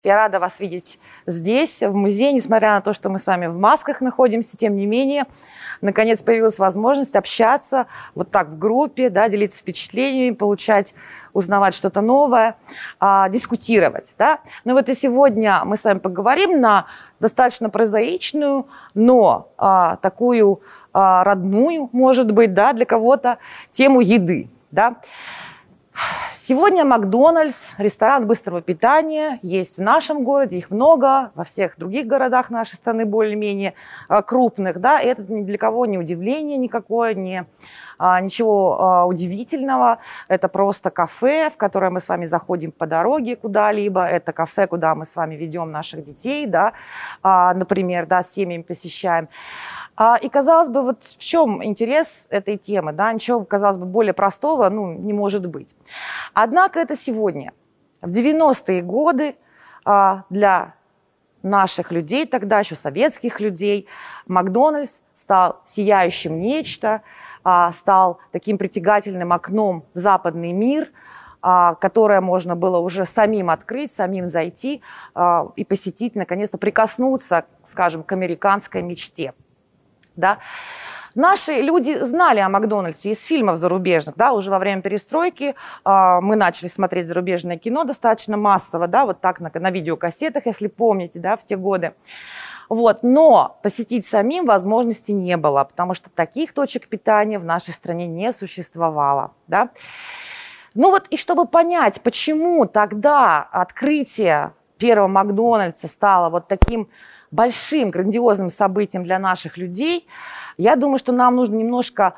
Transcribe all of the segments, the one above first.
Я рада вас видеть здесь, в музее, несмотря на то, что мы с вами в масках находимся, тем не менее, наконец появилась возможность общаться вот так в группе, да, делиться впечатлениями, узнавать что-то новое, дискутировать. Да? Ну вот и сегодня мы с вами поговорим на достаточно прозаичную, но такую родную, может быть, да, для кого-то тему еды. Да? Сегодня Макдональдс, ресторан быстрого питания, есть в нашем городе, их много, во всех других городах нашей страны более-менее крупных, да, и это ни для кого не удивление никакое, ничего удивительного, это просто кафе, в которое мы с вами заходим по дороге куда-либо, это кафе, куда мы с вами ведем наших детей, да, например, да, с семьями посещаем. И, казалось бы, вот в чем интерес этой темы, да, ничего, казалось бы, более простого, не может быть. Однако это сегодня, в 90-е годы, для наших людей, тогда еще советских людей, Макдональдс стал сияющим нечто, стал таким притягательным окном в западный мир, которое можно было уже самим открыть, самим зайти и посетить, наконец-то прикоснуться, скажем, к американской мечте. Да? Наши люди знали о Макдональдсе из фильмов зарубежных, да, уже во время перестройки мы начали смотреть зарубежное кино достаточно массово, да, вот так на видеокассетах, если помните, да, в те годы. Вот, но посетить самим возможности не было, потому что таких точек питания в нашей стране не существовало, да. Ну вот и чтобы понять, почему тогда открытие первого Макдональдса стало вот таким большим, грандиозным событием для наших людей, я думаю, что нам нужно немножко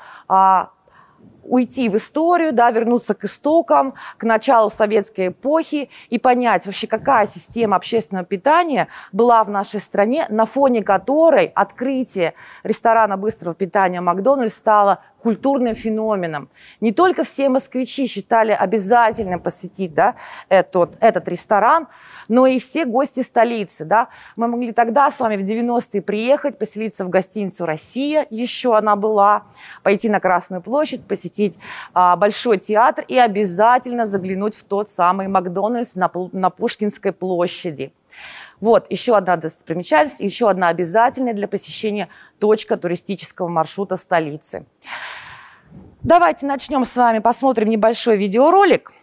уйти в историю, да, вернуться к истокам, к началу советской эпохи и понять вообще, какая система общественного питания была в нашей стране, на фоне которой открытие ресторана быстрого питания Макдональдс стало культурным феноменом. Не только все москвичи считали обязательным посетить, да, этот ресторан, но и все гости столицы. Да. Мы могли тогда с вами в 90-е приехать, поселиться в гостиницу «Россия», еще она была, пойти на Красную площадь, посетить Большой театр и обязательно заглянуть в тот самый Макдональдс на Пушкинской площади. Вот еще одна достопримечательность, еще одна обязательная для посещения точка туристического маршрута столицы. Давайте начнем с вами, посмотрим небольшой видеоролик.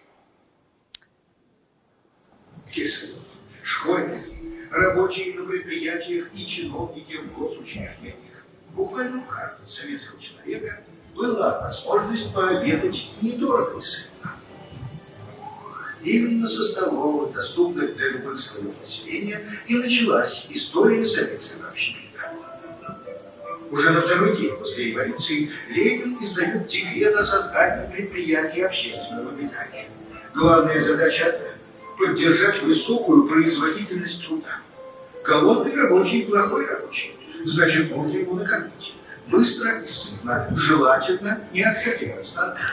Кирсанов, школьники, рабочие на предприятиях и чиновники в госучреждениях. Буквально у каждого советского человека была возможность пообедать недорого и сытно. Именно со столовых, доступных для любых слоев населения, и началась история советского общепита. Уже на второй день после революции Ленин издает декрет о создании предприятий общественного питания. Главная задача одна – поддержать высокую производительность труда. Голодный рабочий – плохой рабочий, значит, нужно его накормить. Быстро и сытно, желательно, не отходя от станка.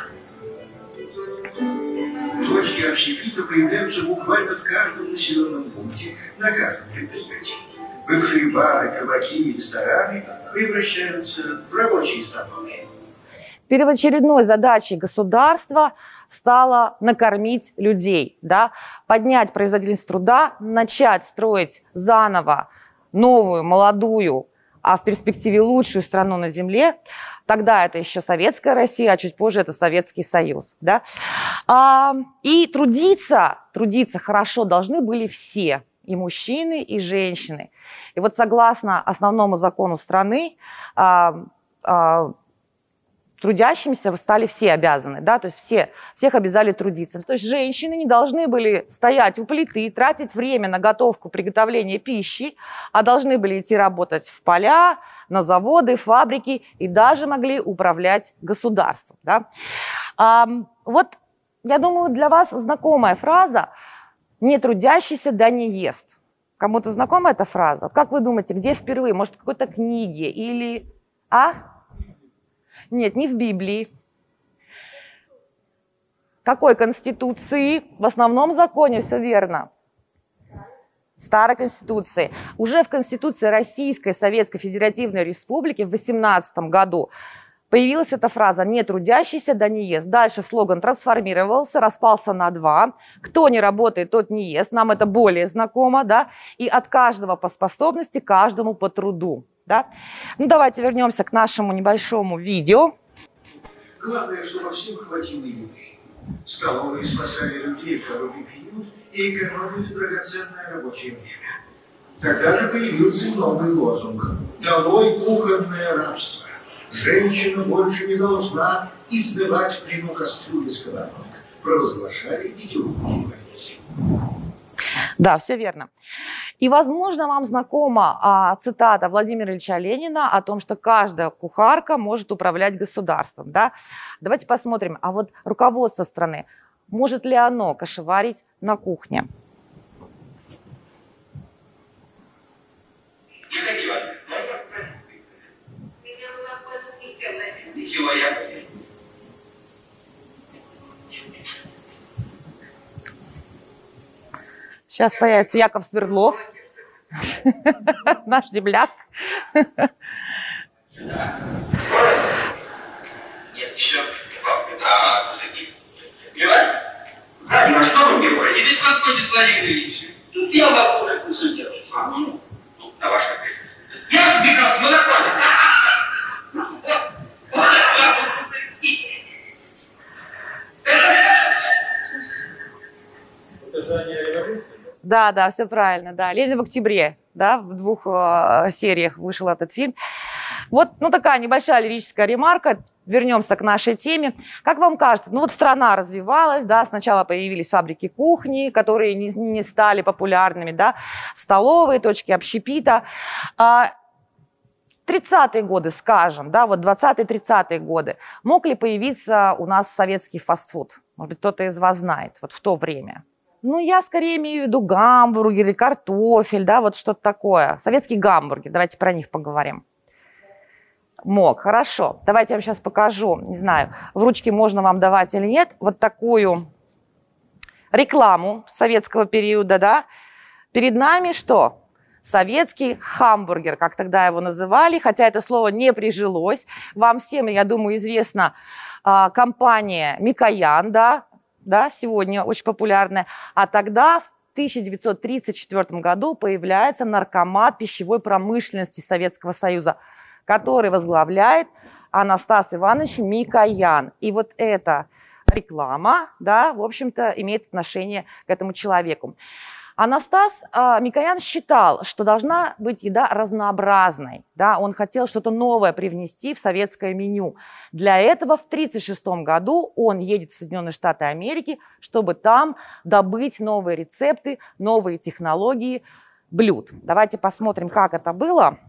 Точки общепита появляются буквально в каждом населенном пункте, на каждом предприятии. Бывшие бары, кабаки и рестораны превращаются в рабочие столовые. Первоочередной задачей государства стало накормить людей, да, поднять производительность труда, начать строить заново новую, молодую, а в перспективе лучшую страну на земле. Тогда это еще Советская Россия, а чуть позже это Советский Союз. Да? И трудиться хорошо должны были все, и мужчины, и женщины. И вот согласно основному закону страны, трудящимся стали все обязаны, да, то есть всех обязали трудиться. То есть женщины не должны были стоять у плиты, тратить время на готовку, приготовление пищи, а должны были идти работать в поля, на заводы, фабрики и даже могли управлять государством. Да. Вот, я думаю, для вас знакомая фраза «не трудящийся да не ест». Кому-то знакома эта фраза? Как вы думаете, где впервые? Может, в какой-то книге или... Нет, не в Библии. Какой Конституции? В основном законе, все верно. Старой Конституции. Уже в Конституции Российской Советской Федеративной Республики в 18 году Появилась эта фраза «не трудящийся, да не ест». Дальше слоган трансформировался, распался на два. Кто не работает, тот не ест. Нам это более знакомо, да. И от каждого по способности, каждому по труду, да. Ну, давайте вернемся к нашему небольшому видео. Главное, чтобы всем хватило еды. Столовые спасали людей в короткий период и экономили драгоценное рабочее время. Тогда же появился новый лозунг «Долой кухонное рабство». Женщина больше не должна изнывать в плену кастрюли сковородок, провозглашали идеологи революции. Да, все верно. И, возможно, вам знакома цитата Владимира Ильича Ленина о том, что каждая кухарка может управлять государством. Да? Давайте посмотрим, а вот руководство страны, может ли оно кошеварить на кухне? Сейчас появится Яков Свердлов, наш земляк. Нет, еще. Мужики. Понимаешь? А что вы мне говорите? Не беспокойтесь, Владимир Ильич. Тут я вам уже консультируюсь. Ну, на ваш ответ. Я сбегал с молоком. Да, да, все правильно, да. «Ленин в октябре», да, в 2 сериях вышел этот фильм. Вот, ну, такая небольшая лирическая ремарка. Вернемся к нашей теме. Как вам кажется, ну вот страна развивалась, да, сначала появились фабрики кухни, которые не стали популярными, да, столовые, точки общепита. 30-е годы, скажем, да, вот 20-30-е годы, мог ли появиться у нас советский фастфуд? Может быть, кто-то из вас знает, вот в то время. Ну, я скорее имею в виду гамбургеры, картофель, да, вот что-то такое. Советские гамбургеры, давайте про них поговорим. Мог, хорошо. Давайте я вам сейчас покажу, не знаю, в ручке можно вам давать или нет, вот такую рекламу советского периода, да. Перед нами что? Советский хамбургер, как тогда его называли, хотя это слово не прижилось. Вам всем, я думаю, известна компания Микоян, да, сегодня очень популярная. А тогда, в 1934 году, появляется наркомат пищевой промышленности Советского Союза, который возглавляет Анастас Иванович Микоян. И вот эта реклама, да, в общем-то, имеет отношение к этому человеку. Анастас Микоян считал, что должна быть еда разнообразной. Да? Он хотел что-то новое привнести в советское меню. Для этого в 1936 году он едет в Соединенные Штаты Америки, чтобы там добыть новые рецепты, новые технологии блюд. Давайте посмотрим, как это было.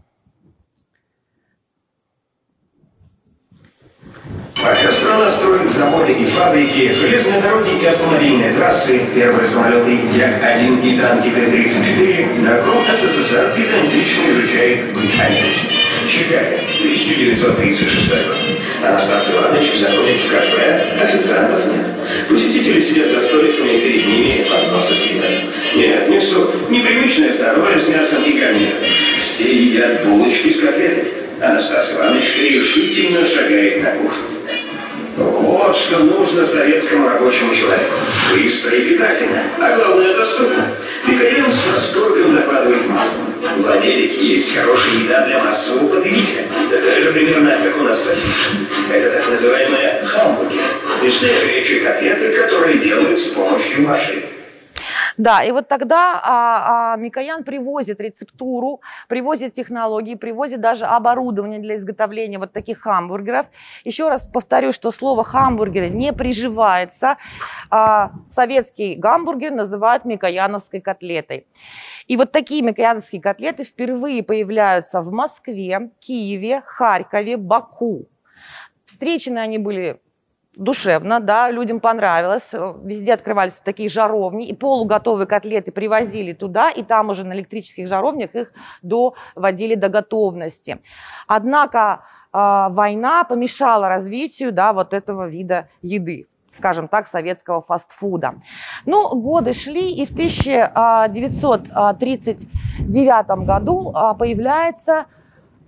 Пока страна строит заводы и фабрики, железные дороги и автомобильные трассы, первые самолеты Як-1 и танки Т-34, на круг СССР педантично изучает быт Америки. Чикаго, 1936 год. Анастас Иванович заходит в кафе, официантов нет. Посетители сидят за столиками, и перед ними подносы с едой. Нет, не суп, непривычное второе с мясом и гарниром. Все едят булочки с котлетами. Анастас Иванович решительно шагает на кухню. Вот что нужно советскому рабочему человеку. Быстро и питательно, а главное доступно. Микоян с восторгом докладывает в Москву. В Америке есть хорошая еда для массового потребителя. Такая же примерно, как у нас сосиски. Это так называемые хамбургеры. Мясные горячие котлеты, которые делают с помощью машин. Да, и вот тогда Микоян привозит рецептуру, привозит технологии, привозит даже оборудование для изготовления вот таких хамбургеров. Еще раз повторю, что слово «хамбургеры» не приживается. Советский гамбургер называют микояновской котлетой. И вот такие микояновские котлеты впервые появляются в Москве, Киеве, Харькове, Баку. Встречены они были душевно, да, людям понравилось, везде открывались такие жаровни, и полуготовые котлеты привозили туда, и там уже на электрических жаровнях их доводили до готовности. Однако война помешала развитию, да, вот этого вида еды, скажем так, советского фастфуда. Ну, годы шли, и в 1939 году появляется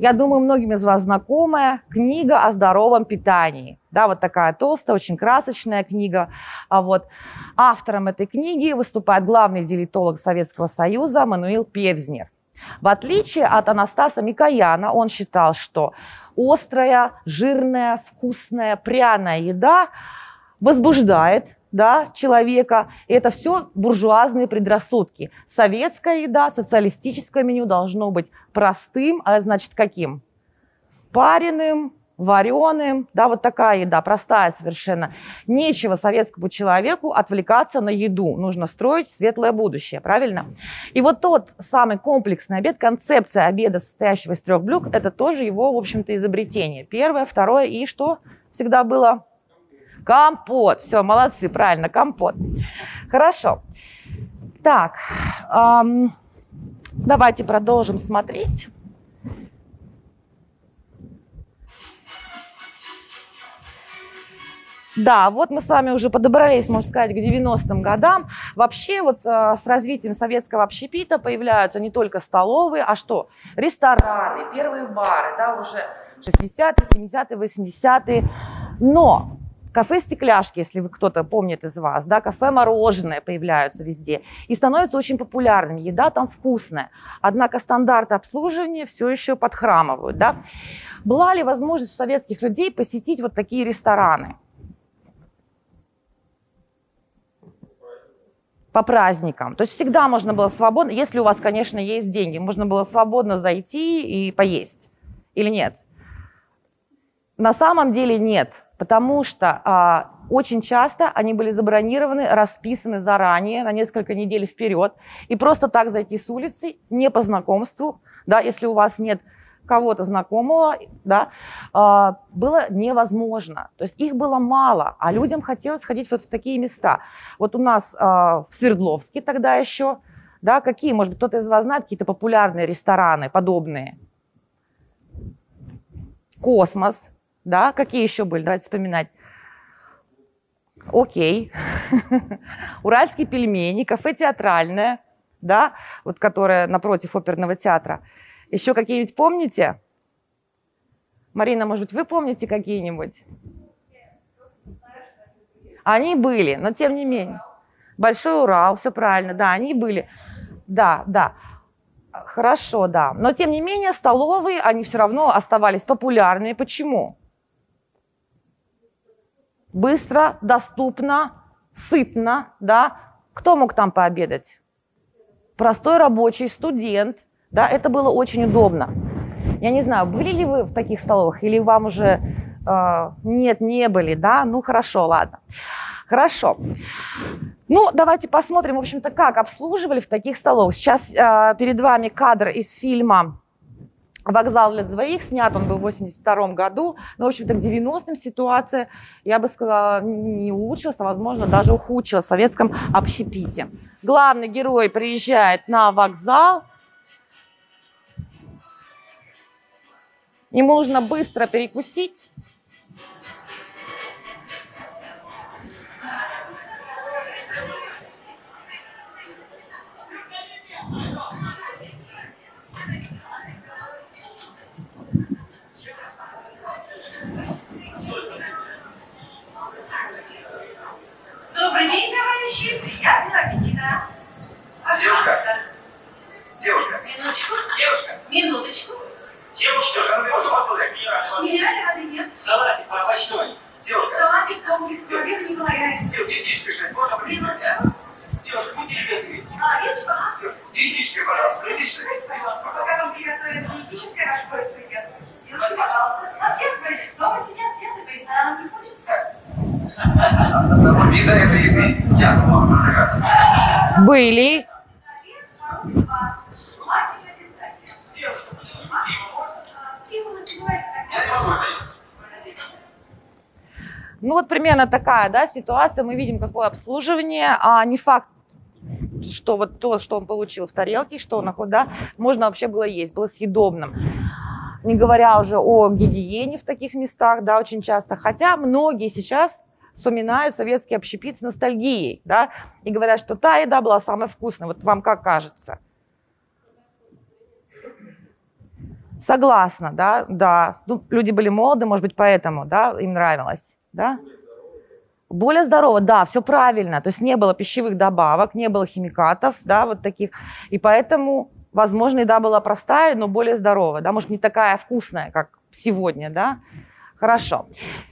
Я думаю, многим из вас знакомая книга о здоровом питании. Да, вот такая толстая, очень красочная книга. Вот. Автором этой книги выступает главный диетолог Советского Союза Мануил Певзнер. В отличие от Анастаса Микояна, он считал, что острая, жирная, вкусная, пряная еда возбуждает, да, человека. И это все буржуазные предрассудки. Советская еда, социалистическое меню должно быть простым, а значит каким? Пареным, вареным, да, вот такая еда, простая совершенно. Нечего советскому человеку отвлекаться на еду. Нужно строить светлое будущее, правильно? И вот тот самый комплексный обед, концепция обеда, состоящего из 3 блюд, это тоже его, в общем-то, изобретение. Первое, второе и что всегда было? Компот. Все, молодцы, правильно, компот. Хорошо. Так, давайте продолжим смотреть. Да, вот мы с вами уже подобрались, можно сказать, к 90-м годам. Вообще вот с развитием советского общепита появляются не только столовые, а что? Рестораны, первые бары, да, уже 60-е, 70-е, 80-е. Но кафе-стекляшки, если вы кто-то помнит из вас, да, кафе-мороженое появляются везде и становятся очень популярными. Еда там вкусная. Однако стандарты обслуживания все еще подхрамывают. Да? Была ли возможность у советских людей посетить вот такие рестораны? По праздникам. То есть всегда можно было свободно, если у вас, конечно, есть деньги, можно было свободно зайти и поесть. Или нет? На самом деле нет. Потому что очень часто они были забронированы, расписаны заранее, на несколько недель вперед. И просто так зайти с улицы, не по знакомству, да, если у вас нет кого-то знакомого, да, было невозможно. То есть их было мало, а людям хотелось ходить вот в такие места. Вот у нас в Свердловске тогда еще, да, какие, может быть, кто-то из вас знает какие-то популярные рестораны подобные? Космос. Да, какие еще были? Давайте вспоминать. Окей. Уральские пельмени, кафе театральное, да, вот которое напротив оперного театра. Еще какие-нибудь помните? Марина, может быть, вы помните какие-нибудь? Они были, но тем не менее. Большой Урал, все правильно, да, они были. Да, да. Хорошо, да. Но тем не менее столовые, они все равно оставались популярными. Почему? Быстро, доступно, сытно, да. Кто мог там пообедать? Простой рабочий, студент, да, это было очень удобно. Я не знаю, были ли вы в таких столовых или вам уже нет, не были, да? Ну, хорошо, ладно. Хорошо. Ну, давайте посмотрим, в общем-то, как обслуживали в таких столовых. Сейчас перед вами кадр из фильма «Вокзал для двоих», снят он был в 1982 году, но, в общем-то, к 90-м ситуация, я бы сказала, не улучшилась, а, возможно, даже ухудшилась в советском общепите. Главный герой приезжает на вокзал, ему нужно быстро перекусить. Добрый день, товарищи. Приятного аппетита. Пожалуйста. Девушка. Минуточку. Девушка. Минуточку. Девушка. Минеральной воды нет. Салатик овощной. Девушка. Салатик комплексный, обед не полагается. Диетическое, можно принести? Минуточку. Девушка, будьте любезны. Молодечко, ага. Диетическое, пожалуйста. Диетическое. Скажите, пожалуйста, пока вам приготовят диетическое, ваш поезд идет. Минуточку, пожалуйста. У нас все свои дома сидят, все за рестораном не ходят. Одного вида этой еды я смог разыграться. Были. Ну вот примерно такая, да, ситуация. Мы видим, какое обслуживание, а не факт, что вот то, что он получил в тарелке, что он находит, да, можно вообще было есть, было съедобным. Не говоря уже о гигиене в таких местах, да, очень часто. Хотя многие сейчас вспоминают советский общепит с ностальгией, да, и говорят, что та еда была самая вкусная. Вот вам как кажется? Согласна, да, да. Ну, люди были молоды, может быть, поэтому, да, им нравилось, да. Более здорово, да, все правильно. То есть не было пищевых добавок, не было химикатов, да, вот таких. И поэтому, возможно, еда была простая, но более здоровая, да, может, не такая вкусная, как сегодня, да. Хорошо.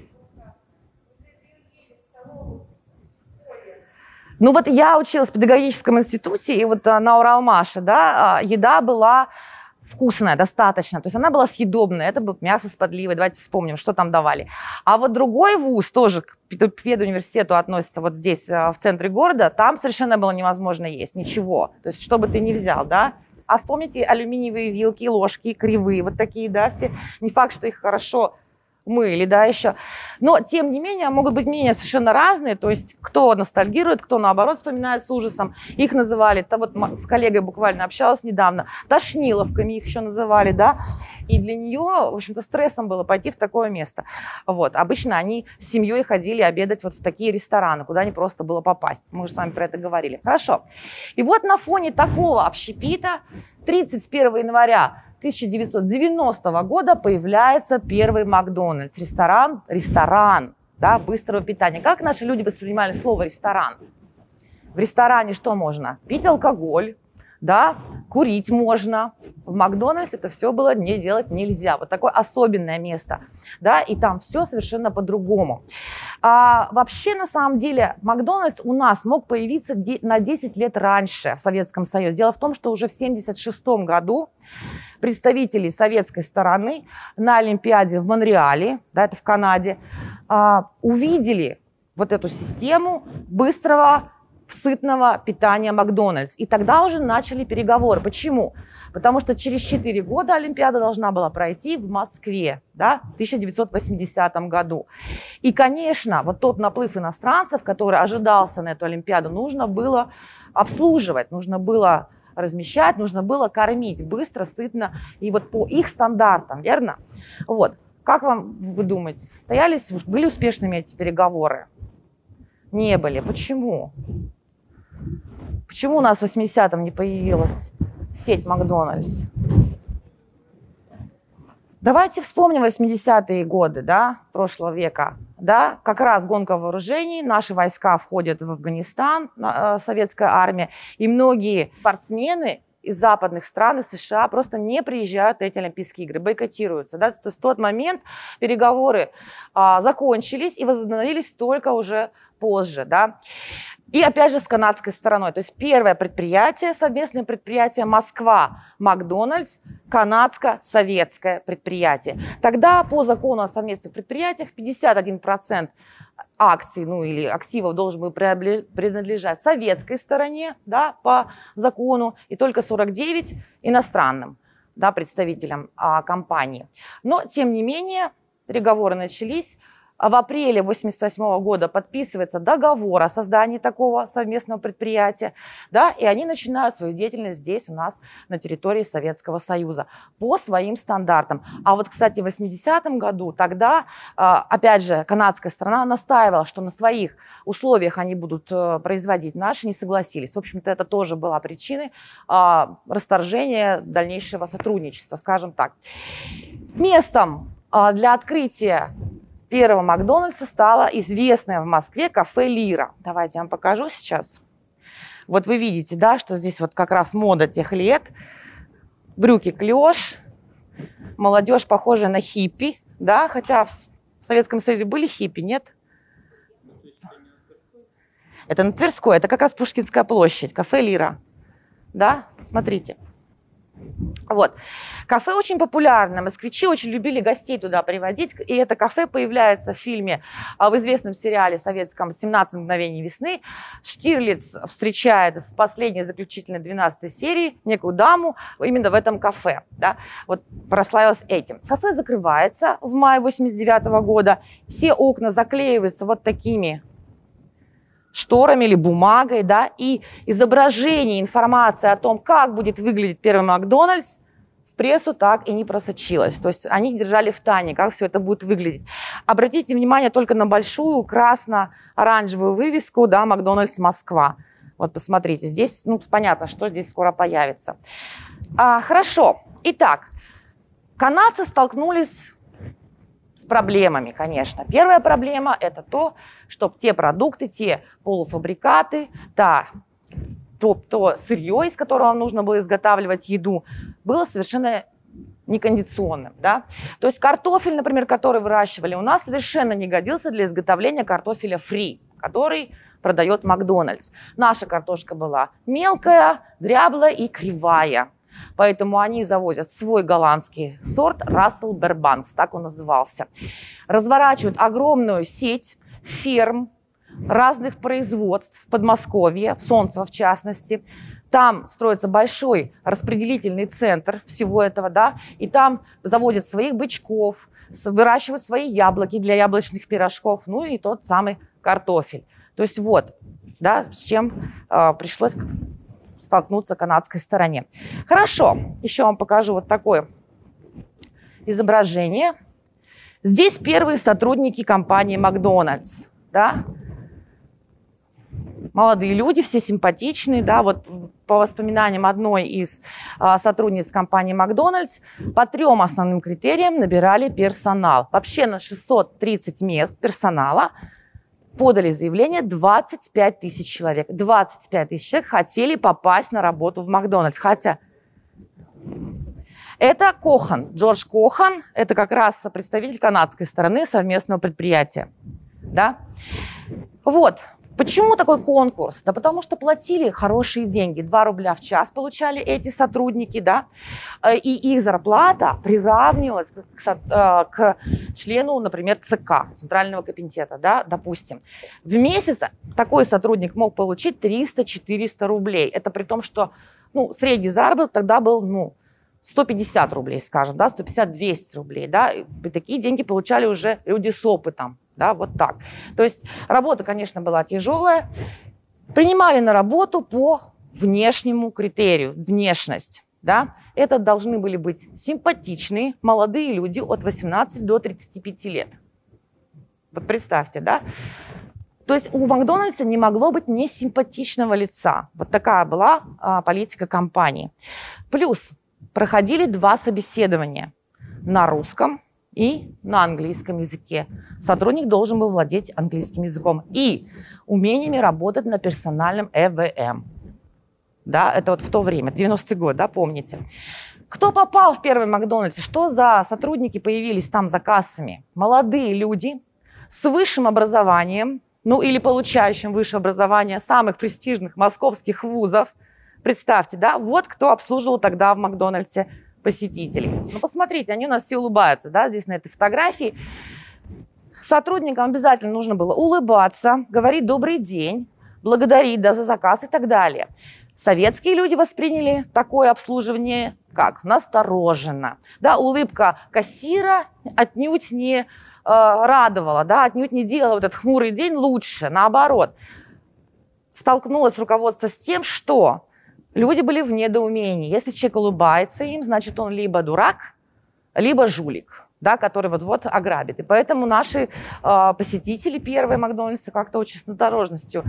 Ну вот я училась в педагогическом институте, и вот на Уралмаше, да, еда была вкусная, достаточно. То есть она была съедобная. Это было мясо с подливой. Давайте вспомним, что там давали. А вот другой вуз, тоже к педуниверситету относится, вот здесь, в центре города, там совершенно было невозможно есть ничего. То есть что бы ты ни взял, да. А вспомните алюминиевые вилки, ложки, кривые, вот такие, да, все. Не факт, что их хорошо мыли, да, еще. Но, тем не менее, могут быть мнения совершенно разные. То есть кто ностальгирует, кто, наоборот, вспоминает с ужасом. Их называли, вот с коллегой буквально общалась недавно, тошниловками их еще называли, да. И для нее, в общем-то, стрессом было пойти в такое место. Вот. Обычно они с семьей ходили обедать вот в такие рестораны, куда не просто было попасть. Мы уже с вами про это говорили. Хорошо. И вот на фоне такого общепита 31 января 1990 года появляется первый Макдональдс, ресторан, да, быстрого питания. Как наши люди воспринимали слово ресторан? В ресторане что можно? Пить алкоголь, да, курить можно. В Макдональдс это все было не делать нельзя. Вот такое особенное место, да, и там все совершенно по-другому. Вообще, на самом деле, Макдональдс у нас мог появиться на 10 лет раньше в Советском Союзе. Дело в том, что уже в 1976 году представители советской стороны на Олимпиаде в Монреале, да, это в Канаде, увидели вот эту систему быстрого сытного питания Макдональдс. И тогда уже начали переговоры. Почему? Потому что через 4 года Олимпиада должна была пройти в Москве, да, в 1980 году. И, конечно, вот тот наплыв иностранцев, который ожидался на эту Олимпиаду, нужно было обслуживать, нужно было размещать, нужно было кормить быстро, сытно и вот по их стандартам, верно? Вот. Как вы думаете, были успешными эти переговоры? Не были. Почему? Почему у нас в 80-м не появилась сеть Макдональдс? Давайте вспомним 80-е годы, да, прошлого века. Да, как раз гонка вооружений, наши войска входят в Афганистан, советская армия, и многие спортсмены из западных стран, из США просто не приезжают на эти Олимпийские игры, бойкотируются. Да? То есть в тот момент переговоры закончились и возобновились только уже позже. Да? И опять же с канадской стороной. То есть первое предприятие, совместное предприятие Москва-Макдональдс, канадско-советское предприятие. Тогда по закону о совместных предприятиях 51% акций, ну или активов должен был принадлежать советской стороне, да, по закону, и только 49% иностранным, да, представителям компании. Но, тем не менее, переговоры начались. В апреле 1988 года подписывается договор о создании такого совместного предприятия, да, и они начинают свою деятельность здесь у нас на территории Советского Союза по своим стандартам. А вот, кстати, в 80-м году тогда, опять же, канадская сторона настаивала, что на своих условиях они будут производить, наши не согласились. В общем-то, это тоже была причиной расторжения дальнейшего сотрудничества, скажем так. Местом для открытия первого Макдональдса стало известное в Москве кафе «Лира». Давайте я вам покажу сейчас. Вот вы видите, да, что здесь вот как раз мода тех лет. Брюки клеш, молодежь похожая на хиппи, да, хотя в Советском Союзе были хиппи, нет? Это на Тверской, это как раз Пушкинская площадь, кафе «Лира». Да, смотрите. Вот. Кафе очень популярно, москвичи очень любили гостей туда приводить, и это кафе появляется в фильме, в известном сериале советском «17 мгновений весны». Штирлиц встречает в последней заключительной 12-й серии некую даму именно в этом кафе, да? Вот прославилась этим. Кафе закрывается в мае 1989 года, все окна заклеиваются вот такими шторами или бумагой, да, и изображение, информация о том, как будет выглядеть первый Макдональдс, в прессу так и не просочилась. То есть они держали в тайне, как все это будет выглядеть. Обратите внимание только на большую красно-оранжевую вывеску, да, Макдональдс Москва. Вот посмотрите, здесь, ну, понятно, что здесь скоро появится. Хорошо. Итак, Канадцы столкнулись с проблемами, конечно. Первая проблема – это то, чтобы те продукты, те полуфабрикаты, то сырье, из которого нужно было изготавливать еду, было совершенно некондиционным. Да? То есть картофель, например, который выращивали у нас, совершенно не годился для изготовления картофеля фри, который продает Макдональдс. Наша картошка была мелкая, дряблая и кривая. Поэтому они завозят свой голландский сорт Russell Burbanks, так он назывался. Разворачивают огромную сеть ферм разных производств в Подмосковье, в Солнцево в частности. Там строится большой распределительный центр всего этого, да, и там заводят своих бычков, выращивают свои яблоки для яблочных пирожков, ну и тот самый картофель. То есть вот, да, с чем пришлось столкнуться канадской стороне. Хорошо, еще вам покажу вот такое изображение. Здесь первые сотрудники компании Макдональдс, да. Молодые люди, все симпатичные, да, вот по воспоминаниям одной из сотрудниц компании Макдональдс, по 3 основным критериям набирали персонал. Вообще на 630 мест персонала подали заявление 25 тысяч человек. 25 тысяч человек хотели попасть на работу в Макдональдс. Хотя это Кохан, Джордж Кохан, это как раз представитель канадской стороны совместного предприятия. Да? Вот. Почему такой конкурс? Да потому что платили хорошие деньги. 2 рубля в час получали эти сотрудники, да, и их зарплата приравнивалась к члену, например, ЦК, Центрального комитета, да, допустим. В месяц такой сотрудник мог получить 300-400 рублей. Это при том, что средний заработок тогда был 150 рублей, скажем, да, 150-200 рублей. Да, и такие деньги получали уже люди с опытом. Да, вот так. То есть работа, конечно, была тяжелая. Принимали на работу по внешнему критерию, внешность. Да. Это должны были быть симпатичные молодые люди от 18 до 35 лет. Вот представьте, да. То есть у Макдональдса не могло быть несимпатичного лица. Вот такая была политика компании. Плюс проходили 2 собеседования на русском и на английском языке. Сотрудник должен был владеть английским языком и умениями работать на персональном ЭВМ. Да, это вот в то время, 90-й год, да, помните. Кто попал в первый Макдональдс? Что за сотрудники появились там за кассами? Молодые люди с высшим образованием, или получающим высшее образование самых престижных московских вузов. Представьте, да, вот кто обслуживал тогда в Макдональдсе посетителей. Посмотрите, они у нас все улыбаются, да, здесь на этой фотографии. Сотрудникам обязательно нужно было улыбаться, говорить «добрый день», благодарить, да, за заказ и так далее. Советские люди восприняли такое обслуживание как настороженно. Да, улыбка кассира отнюдь не радовала, да, отнюдь не делала этот хмурый день лучше, наоборот. Столкнулось руководство с тем, что люди были в недоумении. Если человек улыбается им, значит, он либо дурак, либо жулик, да, который вот-вот ограбит. И поэтому наши посетители первые Макдональдса как-то очень с осторожностью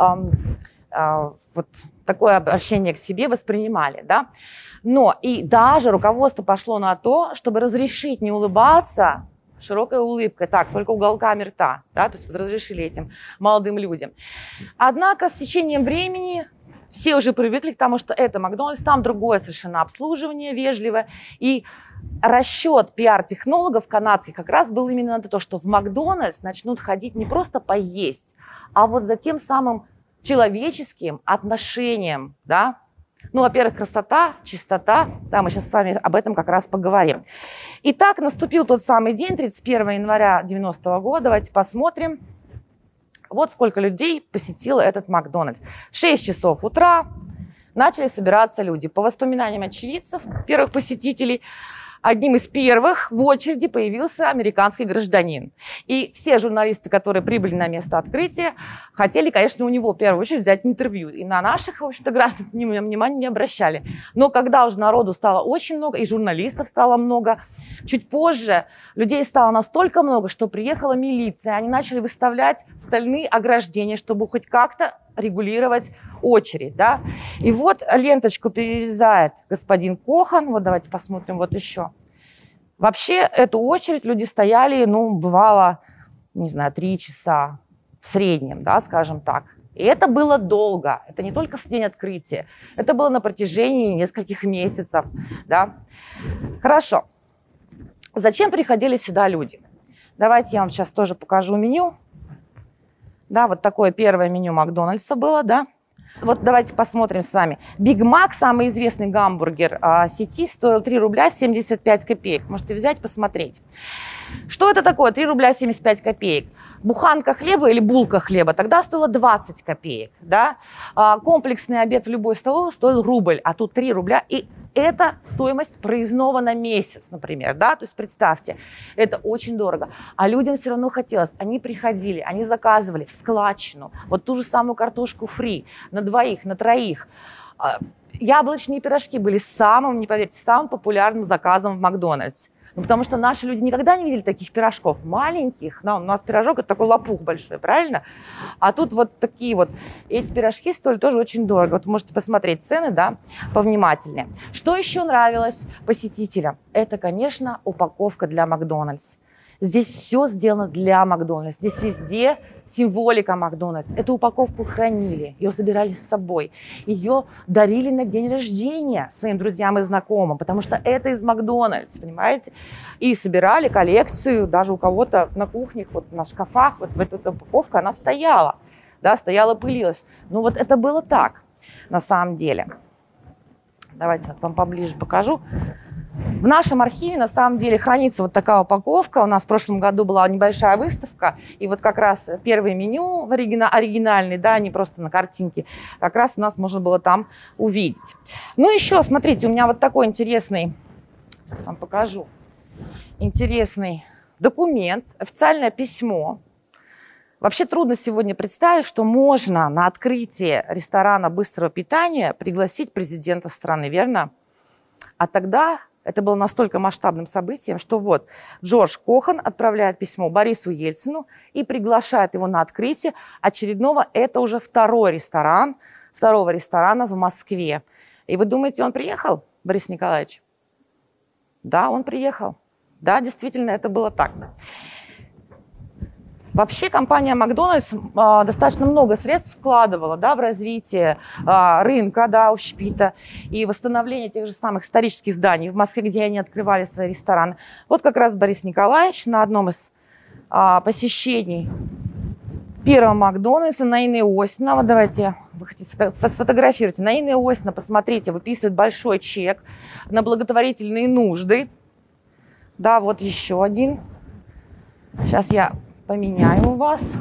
вот такое обращение к себе воспринимали. Да? Но и даже руководство пошло на то, чтобы разрешить не улыбаться широкой улыбкой, так, только уголками рта. Да? То есть разрешили этим молодым людям. Однако с течением времени все уже привыкли к тому, что это Макдональдс, там другое совершенно обслуживание, вежливое. И расчет пиар-технологов канадских как раз был именно на то, что в Макдональдс начнут ходить не просто поесть, а вот за тем самым человеческим отношением. Да? Во-первых, красота, чистота. Да, мы сейчас с вами об этом как раз поговорим. Итак, наступил тот самый день, 31 января 90-го года. Давайте посмотрим. Вот сколько людей посетило этот Макдональдс. В 6 часов утра начали собираться люди. По воспоминаниям очевидцев, первых посетителей, одним из первых в очереди появился американский гражданин. И все журналисты, которые прибыли на место открытия, хотели, конечно, у него в первую очередь взять интервью. И на наших, в общем-то, граждан внимания не обращали. Но когда уже народу стало очень много, и журналистов стало много, чуть позже людей стало настолько много, что приехала милиция. Они начали выставлять стальные ограждения, чтобы хоть как-то регулировать очередь. Да? И вот ленточку перерезает господин Кохан. Вот давайте посмотрим вот еще. Вообще, эту очередь люди стояли, ну, бывало, не знаю, 3 часа в среднем, да, скажем так. И это было долго, это не только в день открытия, это было на протяжении нескольких месяцев, да. Хорошо. Зачем приходили сюда люди? Давайте я вам сейчас тоже покажу меню. Да, вот такое первое меню Макдональдса было, да. Вот давайте посмотрим с вами. Биг Мак, самый известный гамбургер сети, стоил 3 рубля 75 копеек. Можете взять, посмотреть. Что это такое? 3 рубля 75 копеек. Буханка хлеба или булка хлеба тогда стоила 20 копеек. Да? Комплексный обед в любой столовой стоил рубль, а тут 3 рубля. И это стоимость проездного на месяц, например. Да? То есть представьте, это очень дорого. А людям все равно хотелось. Они приходили, они заказывали в складчину. Вот ту же самую картошку фри на 2, на 3. Яблочные пирожки были самым, не поверьте, самым популярным заказом в Макдональдсе. Ну, потому что наши люди никогда не видели таких пирожков маленьких. Да, у нас пирожок – это такой лопух большой, правильно? А тут вот такие вот. Эти пирожки стоили тоже очень дорого. Вот можете посмотреть цены, да, повнимательнее. Что еще нравилось посетителям? Это, конечно, упаковка для Макдональдс. Здесь все сделано для Макдональдс. Здесь везде символика Макдональдс. Эту упаковку хранили, ее забирали с собой. Ее дарили на день рождения своим друзьям и знакомым, потому что это из Макдональдс, понимаете? И собирали коллекцию, даже у кого-то на кухнях, вот на шкафах, вот эта упаковка, она стояла, да, стояла, пылилась. Ну вот это было так, на самом деле. Давайте вот вам поближе покажу. В нашем архиве на самом деле хранится вот такая упаковка. У нас в прошлом году была небольшая выставка, и вот как раз первое меню оригинальный, да, не просто на картинке, как раз у нас можно было там увидеть. Ну еще, смотрите, у меня вот такой интересный, сейчас вам покажу, интересный документ, официальное письмо. Вообще трудно сегодня представить, что можно на открытие ресторана быстрого питания пригласить президента страны, верно? А тогда это было настолько масштабным событием, что вот Джордж Кохан отправляет письмо Борису Ельцину и приглашает его на открытие очередного, это уже второго ресторана в Москве. И вы думаете, он приехал, Борис Николаевич? Да, он приехал. Да, действительно, это было так. Вообще компания Макдональдс достаточно много средств вкладывала, да, в развитие рынка, да, общепита и восстановление тех же самых исторических зданий в Москве, где они открывали свои рестораны. Вот как раз Борис Николаевич на одном из посещений первого Макдональдса на Инны Осинова, давайте вы хотите сфотографируйте, на Инны Осинова, посмотрите, выписывает большой чек на благотворительные нужды. Да, вот еще один. Сейчас я поменяю у вас.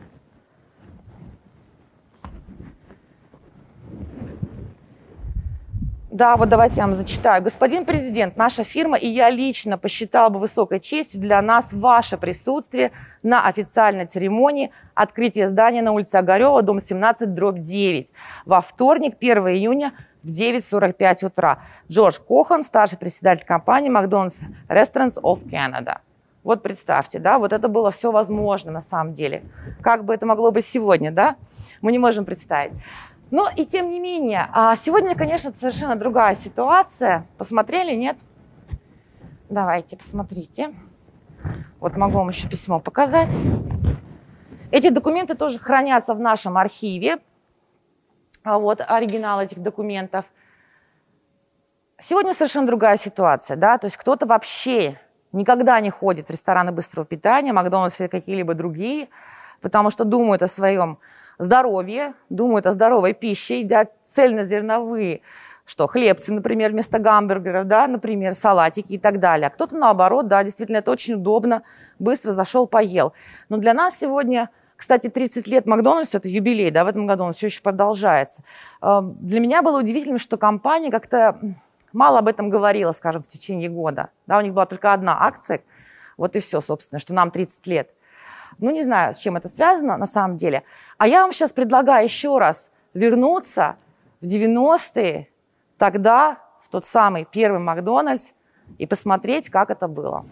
Да, вот давайте я вам зачитаю. Господин президент, наша фирма и я лично посчитала бы высокой честью для нас ваше присутствие на официальной церемонии открытия здания на улице Огарева, дом 17/9, во вторник, 1 июня в 9:45 утра. Джордж Кохан, старший председатель компании McDonald's Restaurants of Canada. Вот представьте, да, вот это было все возможно на самом деле. Как бы это могло быть сегодня, да? Мы не можем представить. Но и тем не менее, сегодня, конечно, совершенно другая ситуация. Посмотрели, нет? Давайте, посмотрите. Вот могу вам еще письмо показать. Эти документы тоже хранятся в нашем архиве. Вот оригинал этих документов. Сегодня совершенно другая ситуация, да, то есть кто-то вообще никогда не ходит в рестораны быстрого питания, Макдональдс или какие-либо другие, потому что думают о своем здоровье, думают о здоровой пище, едят цельнозерновые, что хлебцы, например, вместо гамбургеров, да, например, салатики и так далее. А кто-то наоборот, да, действительно, это очень удобно, быстро зашел, поел. Но для нас сегодня, кстати, 30 лет Макдональдс, это юбилей, да, в этом году он все еще продолжается. Для меня было удивительно, что компания как-то мало об этом говорила, скажем, в течение года. Да, у них была только одна акция, вот и все, собственно, что нам 30 лет. Ну, не знаю, с чем это связано на самом деле. А я вам сейчас предлагаю еще раз вернуться в 90-е, тогда, в тот самый первый Макдональдс, и посмотреть, как это было.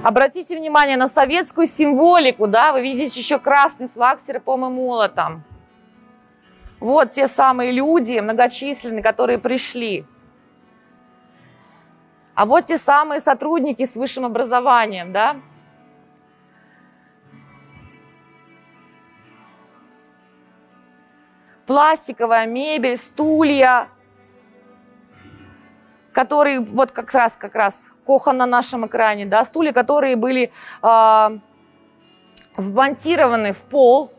Обратите внимание на советскую символику, да, вы видите еще красный флаг с серпом и молотом. Вот те самые люди многочисленные, которые пришли. А вот те самые сотрудники с высшим образованием, да. Пластиковая мебель, стулья, которые, вот как раз Кохан на нашем экране, да, стулья, которые были вмонтированы в пол.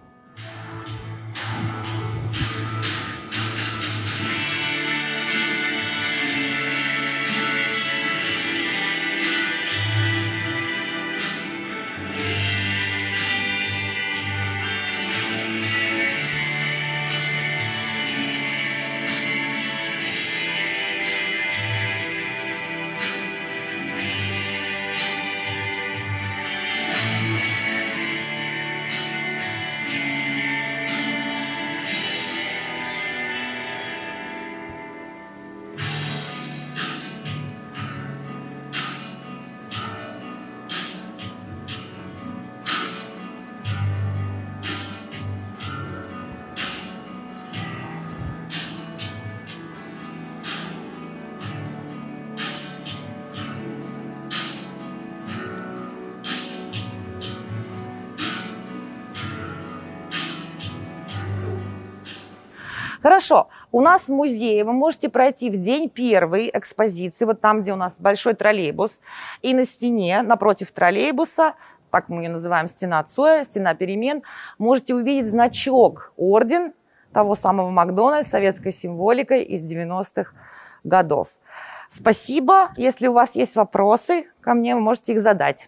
Хорошо, у нас в музее вы можете пройти в день первой экспозиции, вот там, где у нас большой троллейбус, и на стене, напротив троллейбуса, так мы ее называем стена Цоя, стена перемен, можете увидеть значок, орден того самого Макдональдса с советской символикой из 90-х годов. Спасибо. Если у вас есть вопросы ко мне, вы можете их задать.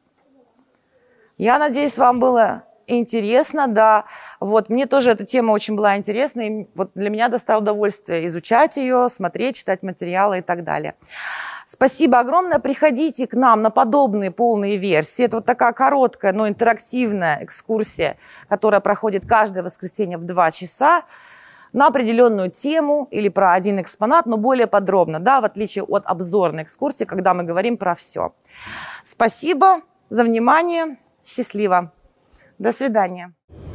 Я надеюсь, вам было интересно, да. Вот, мне тоже эта тема очень была интересна, и вот для меня доставило удовольствие изучать ее, смотреть, читать материалы и так далее. Спасибо огромное. Приходите к нам на подобные полные версии. Это вот такая короткая, но интерактивная экскурсия, которая проходит каждое воскресенье в 2 часа на определенную тему или про один экспонат, но более подробно, да, в отличие от обзорной экскурсии, когда мы говорим про все. Спасибо за внимание. Счастливо. До свидания.